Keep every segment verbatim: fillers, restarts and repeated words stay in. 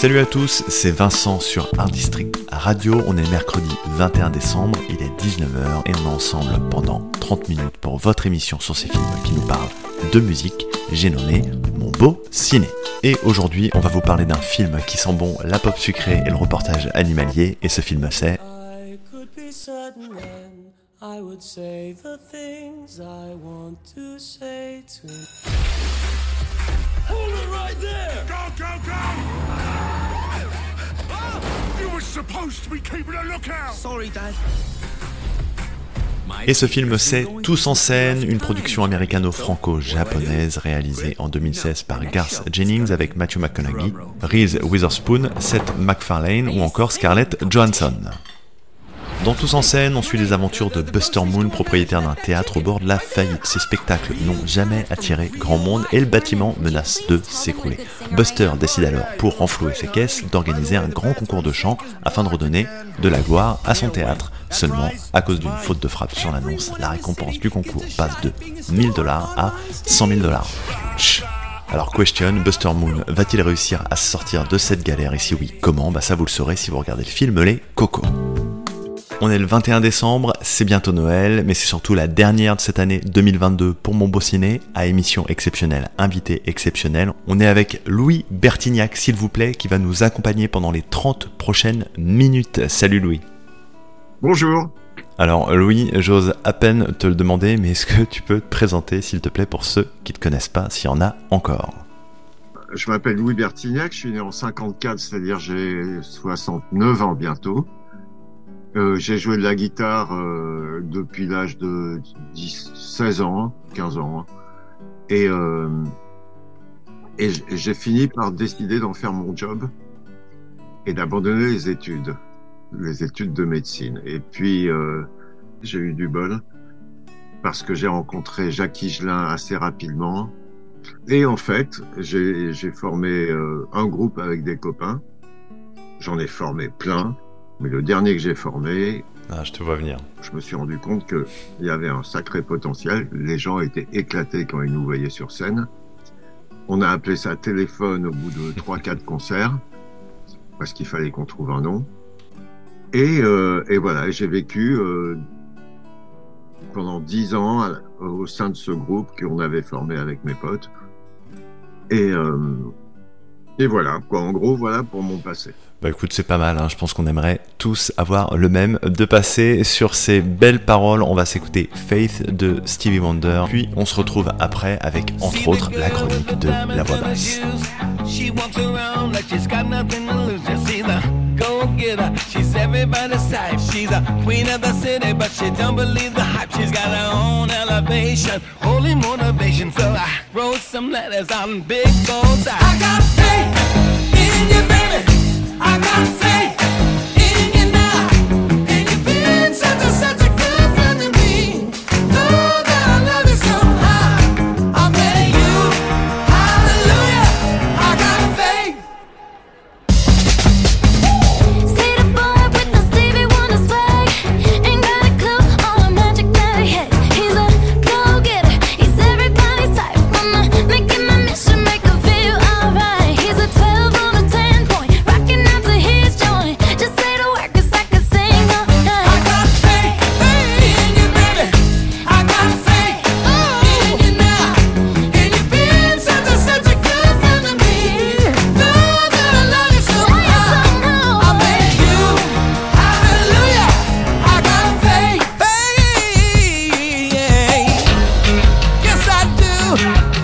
Salut à tous, c'est Vincent sur Art District Radio. On est le mercredi vingt et un décembre, il est dix-neuf heures et on est ensemble pendant trente minutes pour votre émission sur ces films qui nous parlent de musique. J'ai nommé Mon Beau Ciné. Et aujourd'hui, on va vous parler d'un film qui sent bon la pop sucrée et le reportage animalier. Et ce film, c'est... I would say the things I want to say to Hold it right there! Go, go, go! Ah! You were supposed to be keeping a lookout! Sorry, Dad. Et ce film, c'est Tous en scène, une production américano-franco-japonaise réalisée en deux mille seize par Garth Jennings avec Matthew McConaughey, Reese Witherspoon, Seth MacFarlane ou encore Scarlett Johansson. Dans Tous en scène, on suit les aventures de Buster Moon, propriétaire d'un théâtre au bord de la faillite. Ses spectacles n'ont jamais attiré grand monde et le bâtiment menace de s'écrouler. Buster décide alors, pour renflouer ses caisses, d'organiser un grand concours de chant afin de redonner de la gloire à son théâtre. Seulement, à cause d'une faute de frappe sur l'annonce, la récompense du concours passe de mille dollars à cent mille dollars. Chut. Alors question, Buster Moon va-t-il réussir à se sortir de cette galère? Et si oui, comment? Bah ça vous le saurez si vous regardez le film Les Cocos. On est le vingt et un décembre, c'est bientôt Noël, mais c'est surtout la dernière de cette année deux mille vingt-deux pour Mon Beau Ciné, à émission exceptionnelle, invité exceptionnel. On est avec Louis Bertignac, s'il vous plaît, qui va nous accompagner pendant les trente prochaines minutes. Salut Louis. Bonjour. Alors Louis, j'ose à peine te le demander, mais est-ce que tu peux te présenter, s'il te plaît, pour ceux qui ne te connaissent pas, s'il y en a encore? Je m'appelle Louis Bertignac, je suis né en cinquante-quatre, c'est-à-dire j'ai soixante-neuf ans bientôt. Euh, j'ai joué de la guitare euh, depuis l'âge de dix, seize ans, quinze ans. Et, euh, et j'ai fini par décider d'en faire mon job et d'abandonner les études, les études de médecine. Et puis, euh, j'ai eu du bol parce que j'ai rencontré Jacques Higelin assez rapidement. Et en fait, j'ai, j'ai formé euh, un groupe avec des copains. J'en ai formé plein. Mais le dernier que j'ai formé, ah, je te vois venir. Je me suis rendu compte qu'il y avait un sacré potentiel. Les gens étaient éclatés quand ils nous voyaient sur scène. On a appelé ça téléphone au bout de trois quatre concerts, parce qu'il fallait qu'on trouve un nom. Et, euh, et voilà, j'ai vécu euh, pendant dix ans à, au sein de ce groupe qu'on avait formé avec mes potes. Et, euh, et voilà, quoi. En gros, voilà pour mon passé. Bah écoute, c'est pas mal, hein. Je pense qu'on aimerait tous avoir le même de passer. Sur ces belles paroles, on va s'écouter Faith de Stevie Wonder, puis on se retrouve après avec, entre autres, la chronique de La Voix Basse. I got faith in you now, and you've been such a, such a good friend to me. Know that I love you so high, I'm betting you, hallelujah, I got faith. See the boy with the Stevie Wonder swag, ain't got a clue all the magic that he has. He's a go-getter, he's everybody's type. Wanna make him a mission, make him feel alright. He's a twelve on a ten point. Just say the word 'cause I can sing all night. I got faith in you, baby. I got faith in you now. And you've been such a, such a good friend to me. Know that I love you so much. I bet you, hallelujah, I got faith. Hey, yeah. Yes, I do.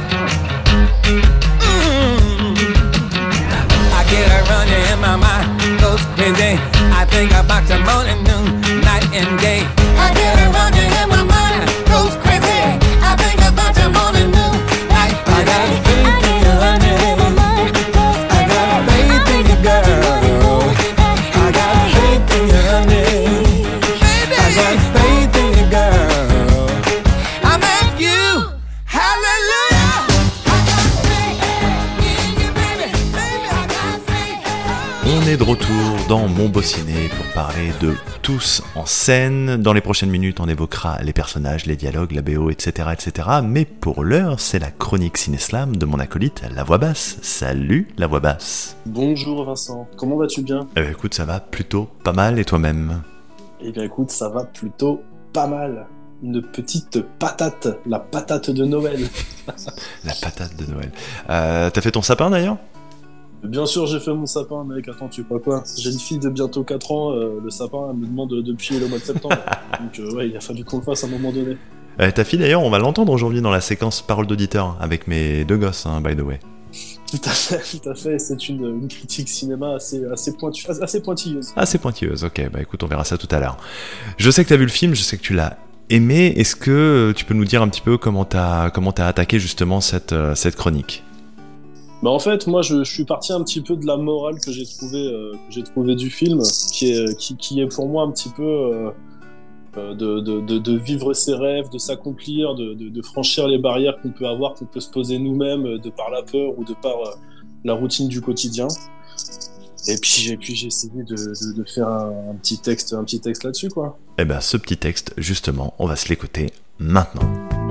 Mm. I get a running in my mind, goes crazy. I think about the morning, noon, night and day. I get it running in my mind, goes crazy. I think about the morning, noon, night and day. I got faith in you, honey. I got faith in you, girl. I got faith in you, honey. I got faith in you, girl. I'm at you, hallelujah. I got faith in you, baby. Baby, I got faith. On est de retour dans Mon Beau Ciné pour parler de Tous en scène. Dans les prochaines minutes, on évoquera les personnages, les dialogues, la B O, et cetera, et cetera. Mais pour l'heure, c'est la chronique Ciné-Slam de mon acolyte, La Voix Basse. Salut, La Voix Basse. Bonjour Vincent, comment vas-tu bien ? Eh bien, écoute, ça va plutôt pas mal, et toi-même ? Eh bien écoute, ça va plutôt pas mal. Une petite patate, la patate de Noël. La patate de Noël. Euh, t'as fait ton sapin d'ailleurs ? Bien sûr, j'ai fait mon sapin, mec. Attends, tu crois quoi ? J'ai une fille de bientôt quatre ans, euh, le sapin, elle me demande depuis le mois de septembre. Donc euh, ouais, il a fallu qu'on le fasse à un moment donné. Euh, ta fille d'ailleurs, on va l'entendre aujourd'hui dans la séquence Parole d'auditeur avec mes deux gosses, hein, by the way. Tout à fait, tout à fait. C'est une, une critique cinéma assez, assez, pointu, assez pointilleuse. Assez pointilleuse, ok. Bah écoute, on verra ça tout à l'heure. Je sais que t'as vu le film, je sais que tu l'as aimé. Est-ce que tu peux nous dire un petit peu comment t'as, comment t'as attaqué justement cette, euh, cette chronique ? Bah en fait, moi, je, je suis parti un petit peu de la morale que j'ai trouvé, euh, que j'ai trouvé du film, qui est, qui, qui est pour moi un petit peu euh, de, de, de, de vivre ses rêves, de s'accomplir, de, de, de franchir les barrières qu'on peut avoir, qu'on peut se poser nous-mêmes, de par la peur ou de par euh, la routine du quotidien. Et puis, et puis j'ai essayé de, de, de faire un, un petit texte, un petit texte là-dessus, quoi. Eh ben, ce petit texte, justement, on va se l'écouter maintenant.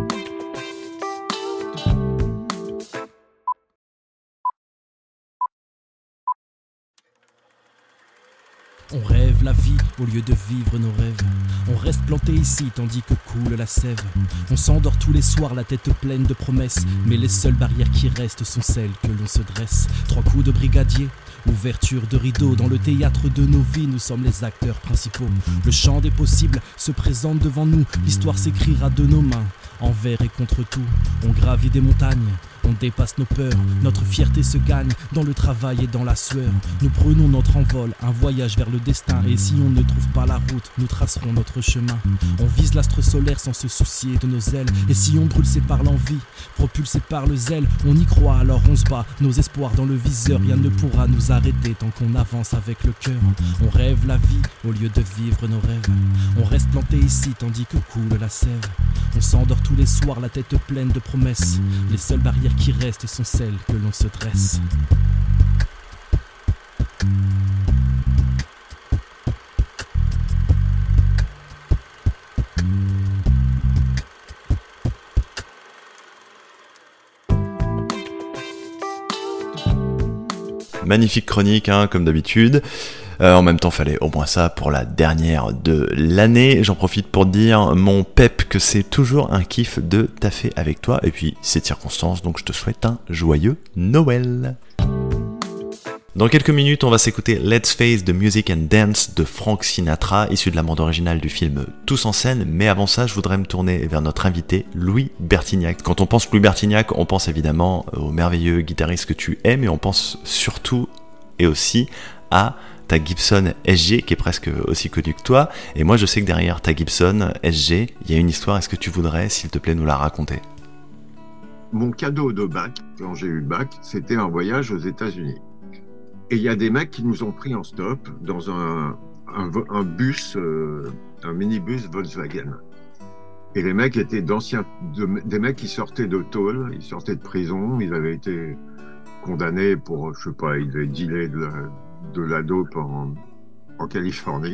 On rêve la vie au lieu de vivre nos rêves. On reste planté ici tandis que coule la sève. On s'endort tous les soirs la tête pleine de promesses. Mais les seules barrières qui restent sont celles que l'on se dresse. Trois coups de brigadier, ouverture de rideau. Dans le théâtre de nos vies, nous sommes les acteurs principaux. Le champ des possibles se présente devant nous. L'histoire s'écrira de nos mains, envers et contre tout. On gravit des montagnes, on dépasse nos peurs. Notre fierté se gagne dans le travail et dans la sueur. Nous prenons notre envol, un voyage vers le destin. Et si on ne trouve pas la route, nous tracerons notre chemin. On vise l'astre solaire sans se soucier de nos ailes. Et si on brûle, c'est par l'envie, propulsé par le zèle. On y croit, alors on se bat, nos espoirs dans le viseur. Rien ne pourra nous arrêter tant qu'on avance avec le cœur. On rêve la vie au lieu de vivre nos rêves. On reste planté ici tandis que coule la sève. On s'endort tous les soirs la tête pleine de promesses. Les seules barrières qui restent sont celles que l'on se dresse. Magnifique chronique, hein, comme d'habitude. Euh, en même temps, fallait au moins ça pour la dernière de l'année. J'en profite pour te dire, mon pep, que c'est toujours un kiff de taffer avec toi. Et puis, c'est de circonstance, donc je te souhaite un joyeux Noël. Dans quelques minutes, on va s'écouter Let's Face the Music and Dance de Frank Sinatra, issu de la bande originale du film Tous en scène. Mais avant ça, je voudrais me tourner vers notre invité, Louis Bertignac. Quand on pense Louis Bertignac, on pense évidemment au merveilleux guitariste que tu aimes, et on pense surtout et aussi à ta Gibson S G, qui est presque aussi connue que toi. Et moi, je sais que derrière ta Gibson S G, il y a une histoire. Est-ce que tu voudrais, s'il te plaît, nous la raconter ? Mon cadeau de bac, quand j'ai eu le bac, c'était un voyage aux États-Unis. Et il y a des mecs qui nous ont pris en stop dans un, un, un bus, euh, un minibus Volkswagen. Et les mecs étaient d'anciens, de, des mecs qui sortaient de tôle, ils sortaient de prison, ils avaient été condamnés pour, je sais pas, ils devaient dealer de la, de la dope en, en Californie.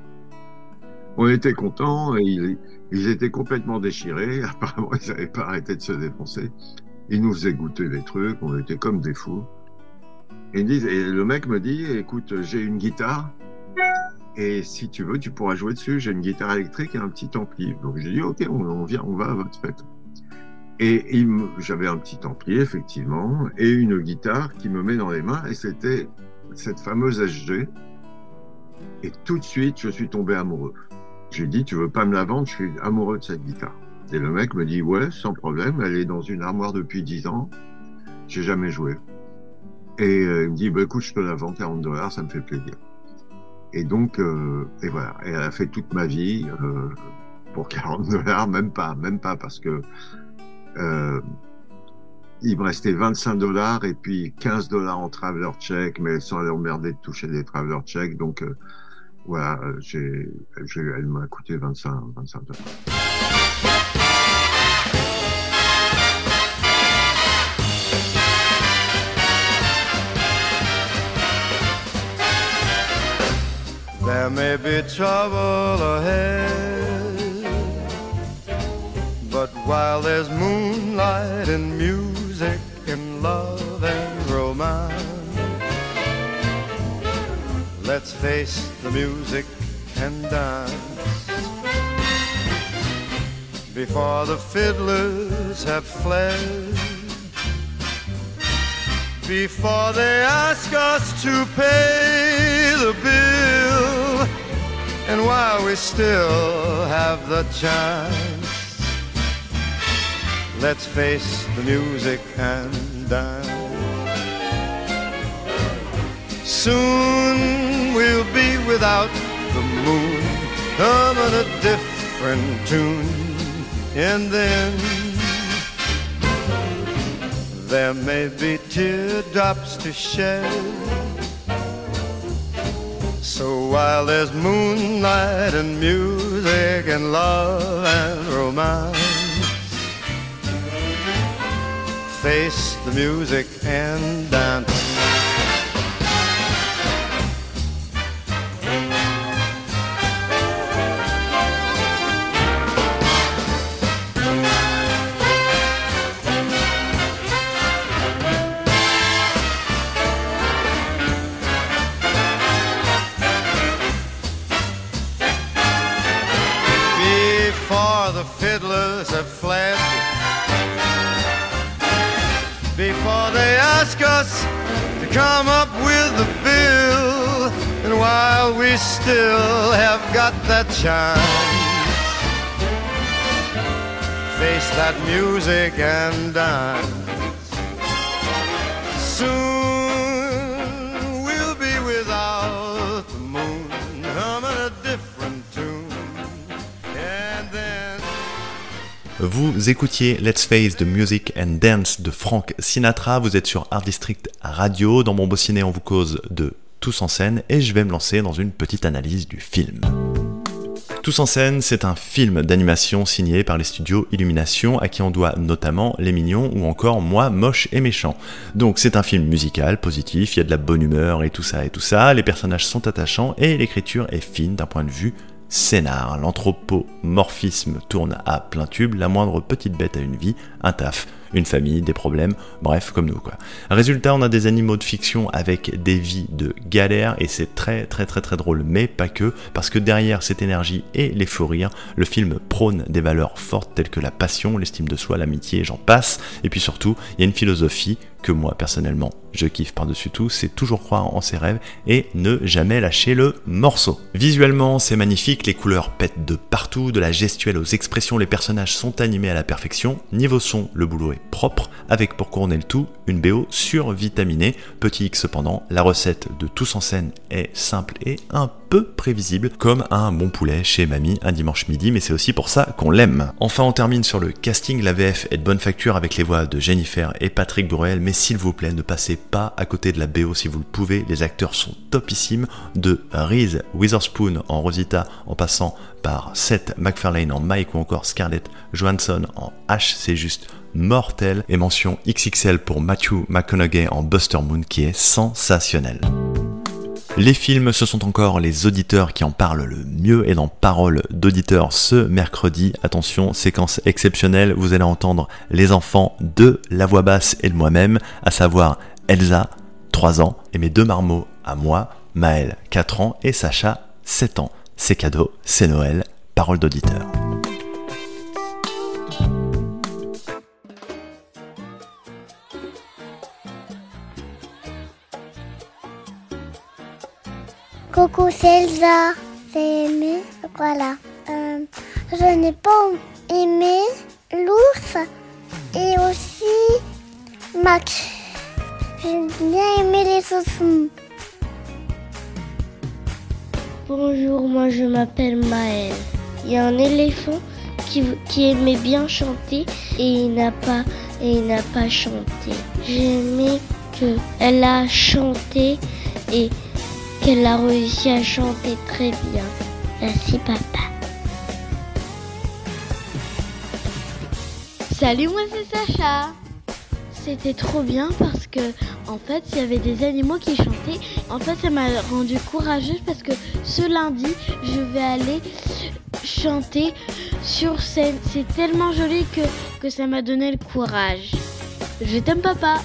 On était contents, et ils, ils étaient complètement déchirés, apparemment ils n'avaient pas arrêté de se défoncer. Ils nous faisaient goûter des trucs, on était comme des fous. Et, ils disent, et le mec me dit, écoute, j'ai une guitare, et si tu veux, tu pourras jouer dessus. J'ai une guitare électrique et un petit ampli. Donc j'ai dit, ok, on, on vient, on va à votre fête. Et il me, j'avais un petit ampli, effectivement, et une guitare qui me met dans les mains, et c'était cette fameuse S G. Et tout de suite, je suis tombé amoureux. J'ai dit, tu veux pas me la vendre, je suis amoureux de cette guitare. Et le mec me dit, ouais, sans problème, elle est dans une armoire depuis dix ans, j'ai jamais joué. Et euh, il me dit, bah, écoute, je te la vends quarante dollars, ça me fait plaisir. Et donc, euh, et voilà. Et elle a fait toute ma vie euh, pour quarante dollars, même pas, même pas, parce que euh, il me restait vingt-cinq dollars et puis quinze dollars en traveler check, mais sans aller emmerder de toucher des traveler check. Donc, euh, voilà, j'ai, j'ai, elle m'a coûté vingt-cinq dollars. may be trouble ahead, but while there's moonlight and music and love and romance, let's face the music and dance. Before the fiddlers have fled, before they ask us to pay the bill, and while we still have the chance, let's face the music and dance. Soon we'll be without the moon, humming a different tune, and then there may be teardrops to shed. So while there's moonlight and music and love and romance, face the music and dance. Fiddlers have fled, before they ask us to come up with the bill, and while we still have got that chance, face that music and dance. Soon we'll be without the moon, humming a different tune, and then Vous écoutiez Let's Face the Music and Dance de Frank Sinatra, vous êtes sur Art District Radio, dans mon beau ciné on vous cause de Tous en scène et je vais me lancer dans une petite analyse du film. Tous en scène, c'est un film d'animation signé par les studios Illumination, à qui on doit notamment Les Mignons ou encore Moi, Moche et Méchant. Donc c'est un film musical, positif, il y a de la bonne humeur et tout ça et tout ça, les personnages sont attachants et l'écriture est fine d'un point de vue scénar. L'anthropomorphisme tourne à plein tube, la moindre petite bête a une vie, un taf, une famille, des problèmes, bref, comme nous quoi. Résultat, on a des animaux de fiction avec des vies de galère et c'est très très très très drôle, mais pas que, parce que derrière cette énergie et les faux rires, le film prône des valeurs fortes telles que la passion, l'estime de soi, l'amitié, j'en passe, et puis surtout, il y a une philosophie que moi personnellement je kiffe par-dessus tout, c'est toujours croire en ses rêves et ne jamais lâcher le morceau. Visuellement c'est magnifique, les couleurs pètent de partout, de la gestuelle aux expressions, les personnages sont animés à la perfection, niveau son le boulot est propre, avec pour couronner le tout une B O survitaminée. Petit X cependant, la recette de Tous en scène est simple et un peu prévisible, comme un bon poulet chez mamie un dimanche midi, mais c'est aussi pour ça qu'on l'aime. Enfin on termine sur le casting, la V F est de bonne facture avec les voix de Jennifer et Patrick Bruel, mais s'il vous plaît ne passez pas à côté de la B O si vous le pouvez, les acteurs sont topissimes, de Reese Witherspoon en Rosita en passant par Seth MacFarlane en Mike ou encore Scarlett Johansson en H, c'est juste mortel, et mention X X L pour Matthew McConaughey en Buster Moon qui est sensationnel. Les films, ce sont encore les auditeurs qui en parlent le mieux, et dans Parole d'auditeur ce mercredi, attention, séquence exceptionnelle, vous allez entendre les enfants de la voix basse et de moi-même, à savoir Elsa, trois ans, et mes deux marmots à moi, Maël, quatre ans, et Sacha, sept ans. C'est cadeau, c'est Noël, Parole d'auditeur. Coucou, c'est Elsa. J'ai aimé, voilà. Euh, je n'ai pas aimé l'ours et aussi Max. J'ai bien aimé les saucissons. Bonjour, moi je m'appelle Maël. Il y a un éléphant qui, qui aimait bien chanter et il n'a pas, et il n'a pas chanté. J'ai aimé qu'elle a chanté et qu'elle a réussi à chanter très bien. Merci papa. Salut, moi c'est Sacha. C'était trop bien parce que, en fait, il y avait des animaux qui chantaient. En fait, ça m'a rendue courageuse parce que ce lundi, je vais aller chanter sur scène. C'est tellement joli que, que ça m'a donné le courage. Je t'aime, papa.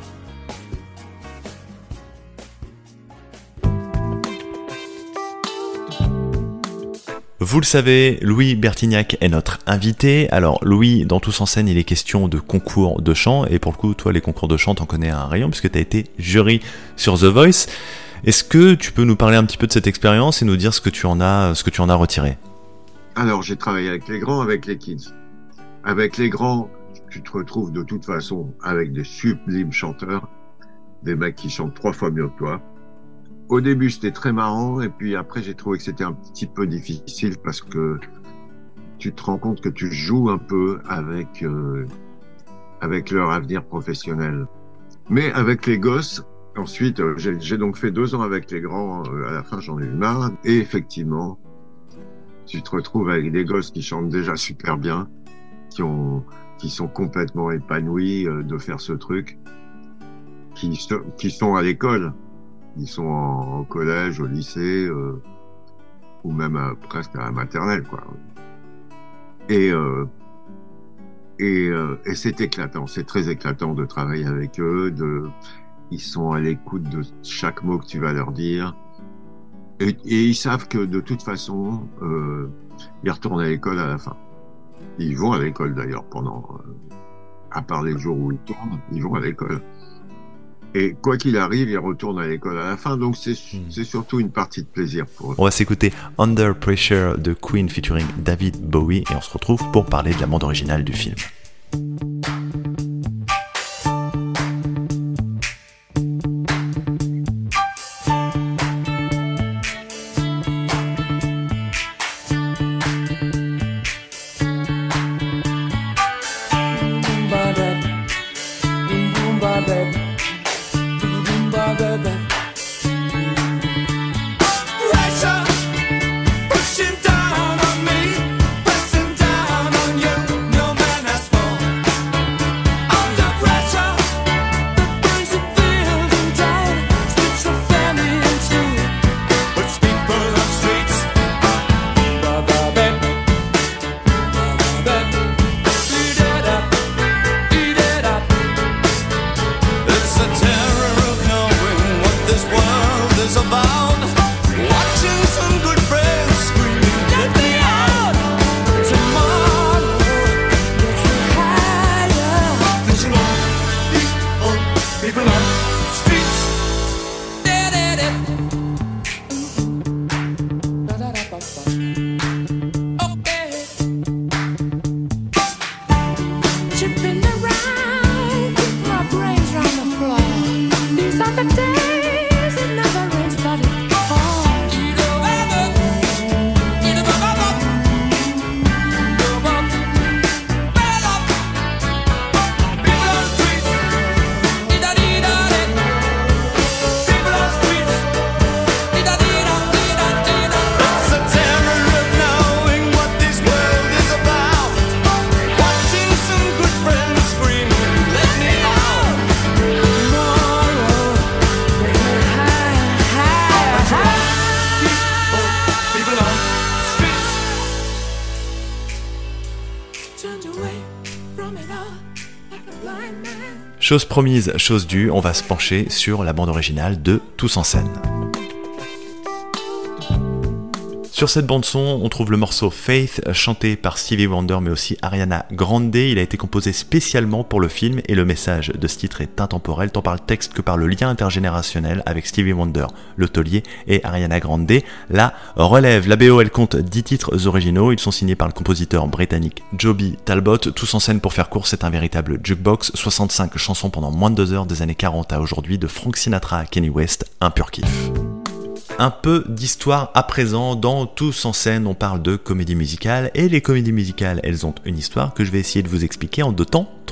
Vous le savez, Louis Bertignac est notre invité. Alors Louis, dans Tous en scène, il est question de concours de chant, et pour le coup, toi, les concours de chant, t'en connais un rayon, puisque t'as été jury sur The Voice. Est-ce que tu peux nous parler un petit peu de cette expérience et nous dire ce que tu en as, ce que tu en as retiré ? Alors, j'ai travaillé avec les grands, avec les kids. Avec les grands, tu te retrouves de toute façon avec des sublimes chanteurs, des mecs qui chantent trois fois mieux que toi. Au début, c'était très marrant, et puis après, j'ai trouvé que c'était un petit peu difficile parce que tu te rends compte que tu joues un peu avec euh, avec leur avenir professionnel. Mais avec les gosses, ensuite, euh, j'ai, j'ai donc fait deux ans avec les grands. Euh, à la fin, j'en ai eu marre. Et effectivement, tu te retrouves avec des gosses qui chantent déjà super bien, qui ont qui sont complètement épanouis euh, de faire ce truc, qui qui sont à l'école. Ils sont en, au collège, au lycée, euh, ou même à, presque à la maternelle, quoi. Et euh, et, euh, et c'est éclatant, c'est très éclatant de travailler avec eux. De, ils sont à l'écoute de chaque mot que tu vas leur dire, et, et ils savent que de toute façon, euh, ils retournent à l'école à la fin. Ils vont à l'école d'ailleurs pendant, euh, à part les jours où ils tournent, ils vont à l'école. Et quoi qu'il arrive, ils retournent à l'école à la fin, donc c'est, c'est surtout une partie de plaisir pour eux. On va s'écouter Under Pressure de Queen featuring David Bowie, et on se retrouve pour parler de la bande originale du film. Chose promise, chose due, on va se pencher sur la bande originale de Tous en scène. Sur cette bande-son, on trouve le morceau Faith, chanté par Stevie Wonder mais aussi Ariana Grande. Il a été composé spécialement pour le film et le message de ce titre est intemporel, tant par le texte que par le lien intergénérationnel avec Stevie Wonder, le taulier, et Ariana Grande. La relève, la B O, elle compte dix titres originaux, ils sont signés par le compositeur britannique Joby Talbot. Tous en scène, pour faire court, c'est un véritable jukebox, soixante-cinq chansons pendant moins de deux heures des années quarante à aujourd'hui, de Frank Sinatra à Kanye West, un pur kiff. Un peu d'histoire à présent, dans Tous en scène, on parle de comédie musicale, et les comédies musicales, elles ont une histoire que je vais essayer de vous expliquer en deux temps, trois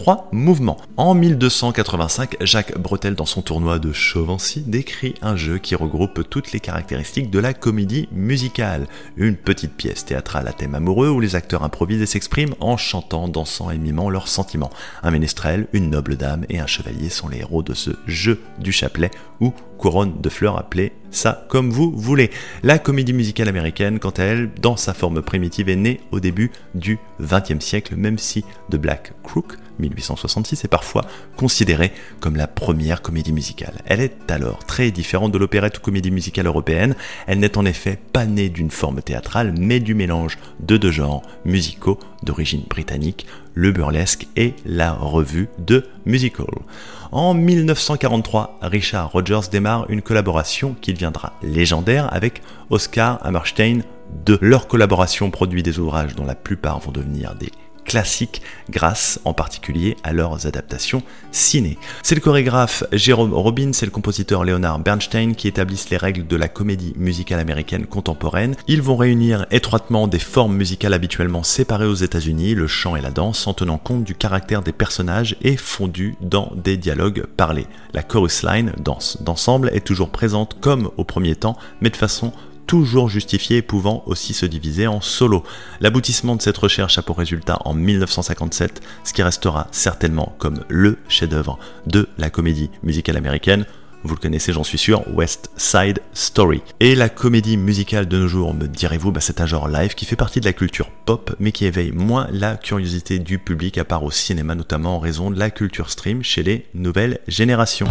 trois mouvements. En mille deux cent quatre-vingt-cinq, Jacques Bretel, dans son tournoi de Chauvency, décrit un jeu qui regroupe toutes les caractéristiques de la comédie musicale. Une petite pièce théâtrale à thème amoureux où les acteurs improvisent et s'expriment en chantant, dansant et mimant leurs sentiments. Un ménestrel, une noble dame et un chevalier sont les héros de ce jeu du chapelet ou couronne de fleurs, appelée ça comme vous voulez. La comédie musicale américaine, quant à elle, dans sa forme primitive, est née au début du vingtième siècle, même si The Black Crook, mille huit cent soixante-six, est parfois considérée comme la première comédie musicale. Elle est alors très différente de l'opérette ou comédie musicale européenne. Elle n'est en effet pas née d'une forme théâtrale, mais du mélange de deux genres musicaux d'origine britannique, le burlesque et la revue de musical. En mille neuf cent quarante-trois, Richard Rodgers démarre une collaboration qui deviendra légendaire avec Oscar Hammerstein deux. Leur collaboration produit des ouvrages dont la plupart vont devenir des classiques grâce en particulier à leurs adaptations ciné. C'est le chorégraphe Jerome Robbins et le compositeur Leonard Bernstein qui établissent les règles de la comédie musicale américaine contemporaine. Ils vont réunir étroitement des formes musicales habituellement séparées aux États-Unis, le chant et la danse, en tenant compte du caractère des personnages et fondus dans des dialogues parlés. La chorus line, danse d'ensemble, est toujours présente comme au premier temps, mais de façon toujours justifié et pouvant aussi se diviser en solo. L'aboutissement de cette recherche a pour résultat en mille neuf cent cinquante-sept ce qui restera certainement comme le chef-d'œuvre de la comédie musicale américaine. Vous le connaissez, j'en suis sûr, West Side Story. Et la comédie musicale de nos jours, me direz-vous, bah c'est un genre live qui fait partie de la culture pop, mais qui éveille moins la curiosité du public, à part au cinéma, notamment en raison de la culture stream chez les nouvelles générations.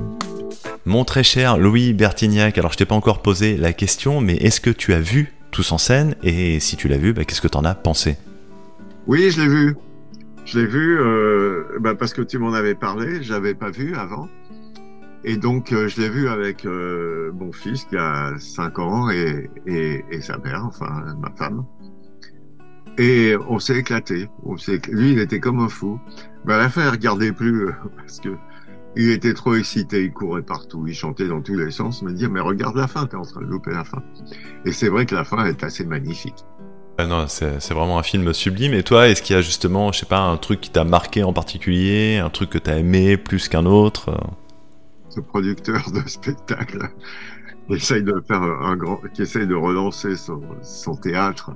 Mon très cher Louis Bertignac, alors je t'ai pas encore posé la question, mais est-ce que tu as vu Tous en scène? Et si tu l'as vu, bah, qu'est-ce que t'en as pensé? Oui, je l'ai vu. Je l'ai vu euh, bah, parce que tu m'en avais parlé, je l'avais pas vu avant. Et donc, euh, je l'ai vu avec euh, mon fils qui a cinq ans et, et, et sa mère, enfin ma femme. Et on s'est éclaté. On s'est... Lui, il était comme un fou. Mais à la fin, il regardait plus euh, parce que il était trop excité, il courait partout, il chantait dans tous les sens, me dire mais regarde la fin, t'es en train de louper la fin. Et c'est vrai que la fin est assez magnifique. Ah non, c'est, c'est vraiment un film sublime. Et toi, est-ce qu'il y a justement, je sais pas, un truc qui t'a marqué en particulier, un truc que t'as aimé plus qu'un autre? Ce producteur de spectacle qui essaye de faire un grand, qui essaye de relancer son, son théâtre,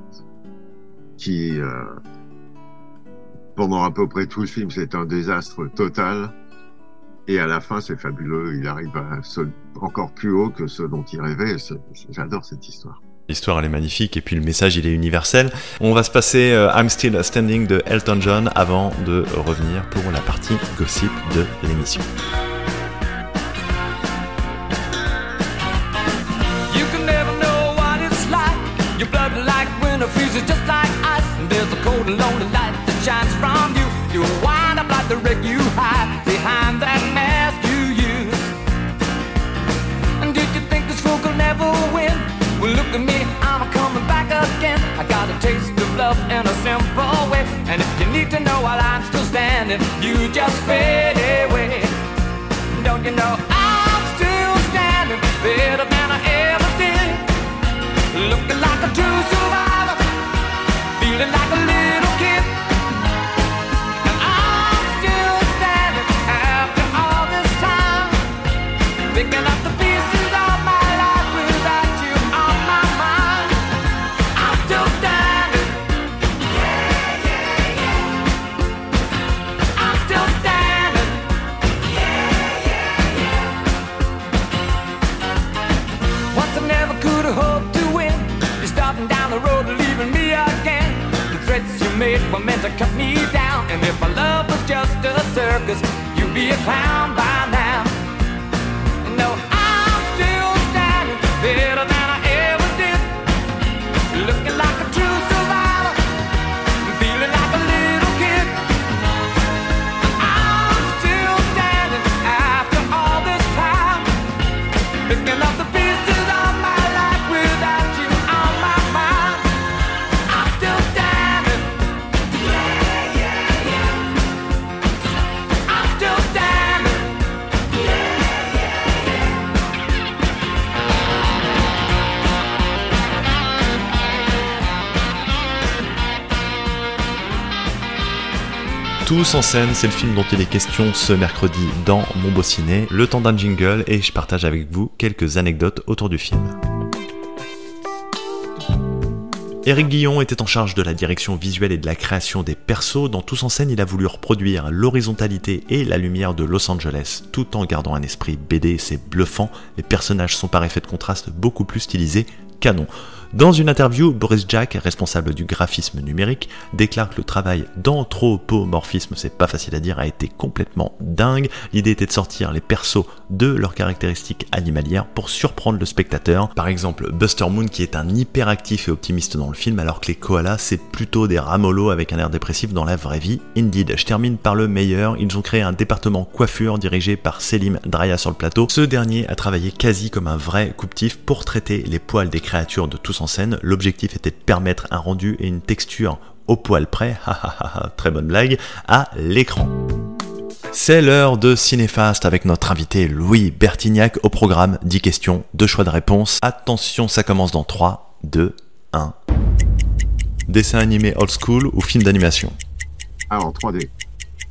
qui euh, pendant à peu près tout le film, c'est un désastre total. Et à la fin, c'est fabuleux. Il arrive à ce, encore plus haut que ce dont il rêvait. C'est, j'adore cette histoire. L'histoire, elle est magnifique. Et puis le message, il est universel. On va se passer euh, I'm Still Standing de Elton John avant de revenir pour la partie gossip de l'émission. You can never know what it's like. Your blood like winter freezes just like ice. And there's a cold and lonely light that shines from you. You wind up like the wreck you hide behind that mask you use. And did you think this fool could never win? Well, look at me, I'm coming back again. I got a taste of love in a simple way. And if you need to know while I'm still standing, you just fade away. Don't you know I'm still standing better than I ever did? Looking like a true survivor, feeling like a little kid. Picking up the pieces of my life without you on my mind. I'm still standing. Yeah, yeah, yeah. I'm still standing. Yeah, yeah, yeah. Once I never could have hoped to win. You're starting down the road, leaving me again. The threats you made were meant to cut me down. And if my love was just a circus, you'd be a clown by now. No, I'm still standing better than I ever did. Looking like a true survivor, feeling like a little kid. I'm still standing after all this time, picking up the pieces of my life without you on my mind. I'm still standing. Yeah, yeah, yeah. I'm still standing. Tous en scène, c'est le film dont il est question ce mercredi dans Mon Beau Ciné. Le temps d'un jingle et je partage avec vous quelques anecdotes autour du film. Éric Guillon était en charge de la direction visuelle et de la création des persos. Dans Tous en scène, il a voulu reproduire l'horizontalité et la lumière de Los Angeles, tout en gardant un esprit B D. C'est bluffant, les personnages sont par effet de contraste beaucoup plus stylisés, canon. Dans une interview, Boris Jack, responsable du graphisme numérique, déclare que le travail d'anthropomorphisme, c'est pas facile à dire, a été complètement dingue. L'idée était de sortir les persos de leurs caractéristiques animalières pour surprendre le spectateur. Par exemple, Buster Moon qui est un hyperactif et optimiste dans le film, alors que les koalas c'est plutôt des ramolos avec un air dépressif dans la vraie vie. Indeed, je termine par le meilleur, ils ont créé un département coiffure dirigé par Selim Draya sur le plateau. Ce dernier a travaillé quasi comme un vrai coupe-tif pour traiter les poils des créatures de Tous en scène. L'objectif était de permettre un rendu et une texture au poil près, très bonne blague, à l'écran. C'est l'heure de Cinéfast avec notre invité Louis Bertignac au programme dix questions, deux choix de réponse. Attention, ça commence dans trois, deux, un. Dessin animé old school ou film d'animation? Ah, en trois D.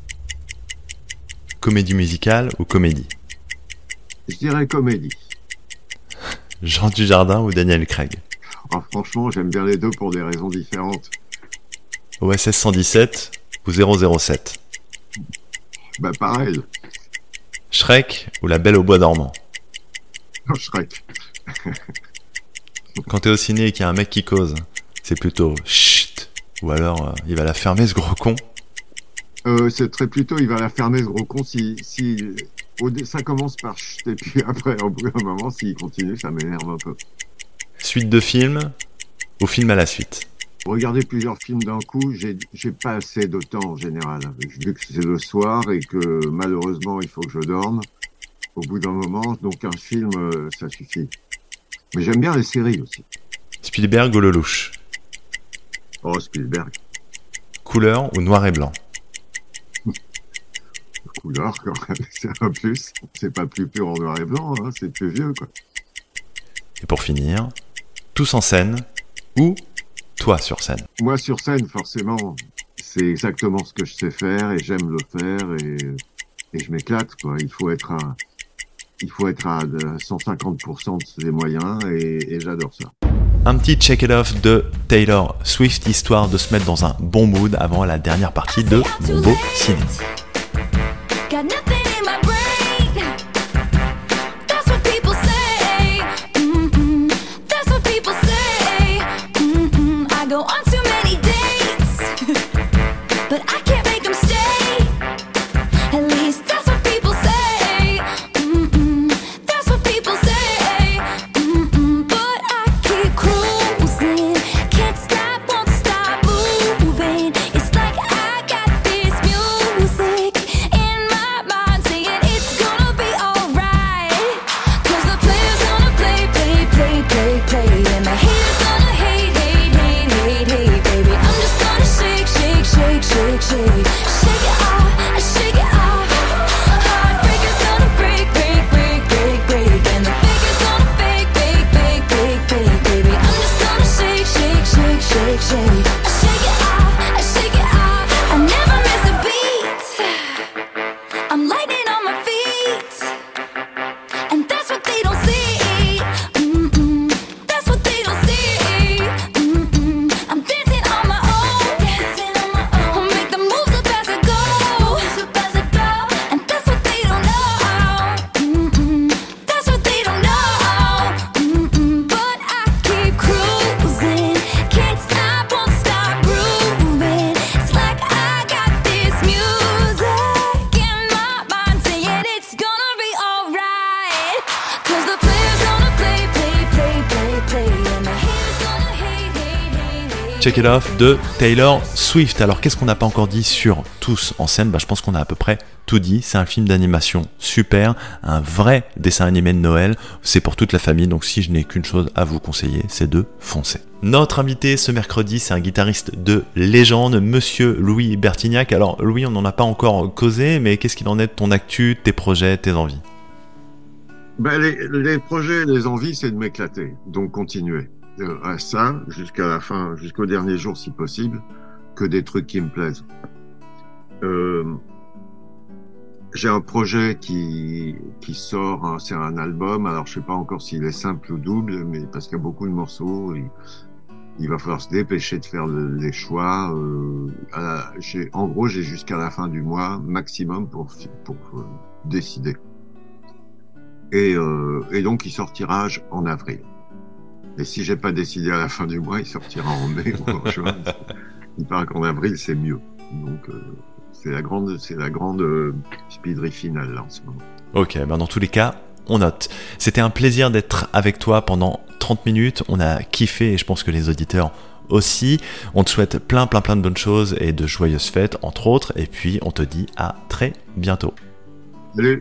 Comédie musicale ou comédie? Je dirais comédie. Jean Dujardin ou Daniel Craig? Ah, franchement, j'aime bien les deux pour des raisons différentes. O S S cent dix-sept ou zéro zéro sept? Bah pareil. Shrek ou La Belle au bois dormant? Oh, Shrek. Quand t'es au ciné et qu'il y a un mec qui cause, c'est plutôt chut, ou alors euh, il va la fermer ce gros con? euh, C'est très plutôt il va la fermer ce gros con si... si... Au dé... Ça commence par chut et puis après, au bout d'un moment, s'il continue, ça m'énerve un peu. Suite de film ou film à la suite? Regarder plusieurs films d'un coup, j'ai, j'ai pas assez de temps en général. Vu que c'est le soir et que malheureusement il faut que je dorme, au bout d'un moment, donc un film, euh, ça suffit. Mais j'aime bien les séries aussi. Spielberg ou Lelouch? Oh, Spielberg. Couleur ou noir et blanc? Couleur, quand même, c'est un plus. C'est pas plus pur en noir et blanc, hein, c'est plus vieux, quoi. Et pour finir, Tous en scène ou toi sur scène? Moi sur scène, forcément, c'est exactement ce que je sais faire et j'aime le faire et, et je m'éclate, quoi. Il faut être à, il faut être à cent cinquante pour cent de ses moyens et, et j'adore ça. Un petit check it off de Taylor Swift, histoire de se mettre dans un bon mood avant la dernière partie de Mon Beau Ciné. Check It Off de Taylor Swift. Alors qu'est-ce qu'on n'a pas encore dit sur Tous en scène? Bah, je pense qu'on a à peu près tout dit. C'est un film d'animation super, un vrai dessin animé de Noël. C'est pour toute la famille, donc si je n'ai qu'une chose à vous conseiller, c'est de foncer. Notre invité ce mercredi, c'est un guitariste de légende, monsieur Louis Bertignac. Alors Louis, on n'en a pas encore causé, mais qu'est-ce qu'il en est de ton actu, tes projets, tes envies? Ben, les, les projets, les envies, c'est de m'éclater, donc continuer. Euh, à ça, jusqu'à la fin, jusqu'au dernier jour si possible, que des trucs qui me plaisent. Euh, j'ai un projet qui qui sort, hein, c'est un album. Alors je sais pas encore s'il est simple ou double, mais parce qu'il y a beaucoup de morceaux, il, il va falloir se dépêcher de faire le, les choix. Euh, à la, j'ai, en gros, j'ai jusqu'à la fin du mois maximum pour pour euh, décider. Et, euh, et donc il sortira en avril. Et si j'ai pas décidé à la fin du mois, il sortira en mai ou en juin. Il paraît qu'en avril c'est mieux. Donc euh, c'est la grande, c'est la grande euh, speedery finale là en ce moment. Ok, ben dans tous les cas, on note. C'était un plaisir d'être avec toi pendant trente minutes. On a kiffé et je pense que les auditeurs aussi. On te souhaite plein, plein, plein de bonnes choses et de joyeuses fêtes entre autres. Et puis on te dit à très bientôt. Salut.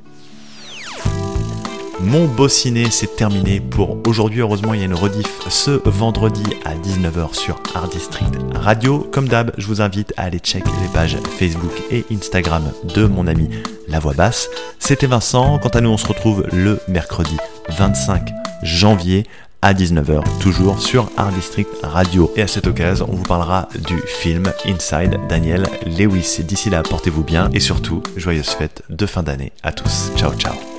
Mon beau ciné, c'est terminé pour aujourd'hui. Heureusement, il y a une rediff ce vendredi à dix-neuf heures sur Art District Radio. Comme d'hab, je vous invite à aller check les pages Facebook et Instagram de mon ami La Voix Basse. C'était Vincent. Quant à nous, on se retrouve le mercredi vingt-cinq janvier à dix-neuf heures, toujours sur Art District Radio. Et à cette occasion, on vous parlera du film Inside Daniel Lewis. D'ici là, portez-vous bien et surtout, joyeuses fêtes de fin d'année à tous. Ciao, ciao.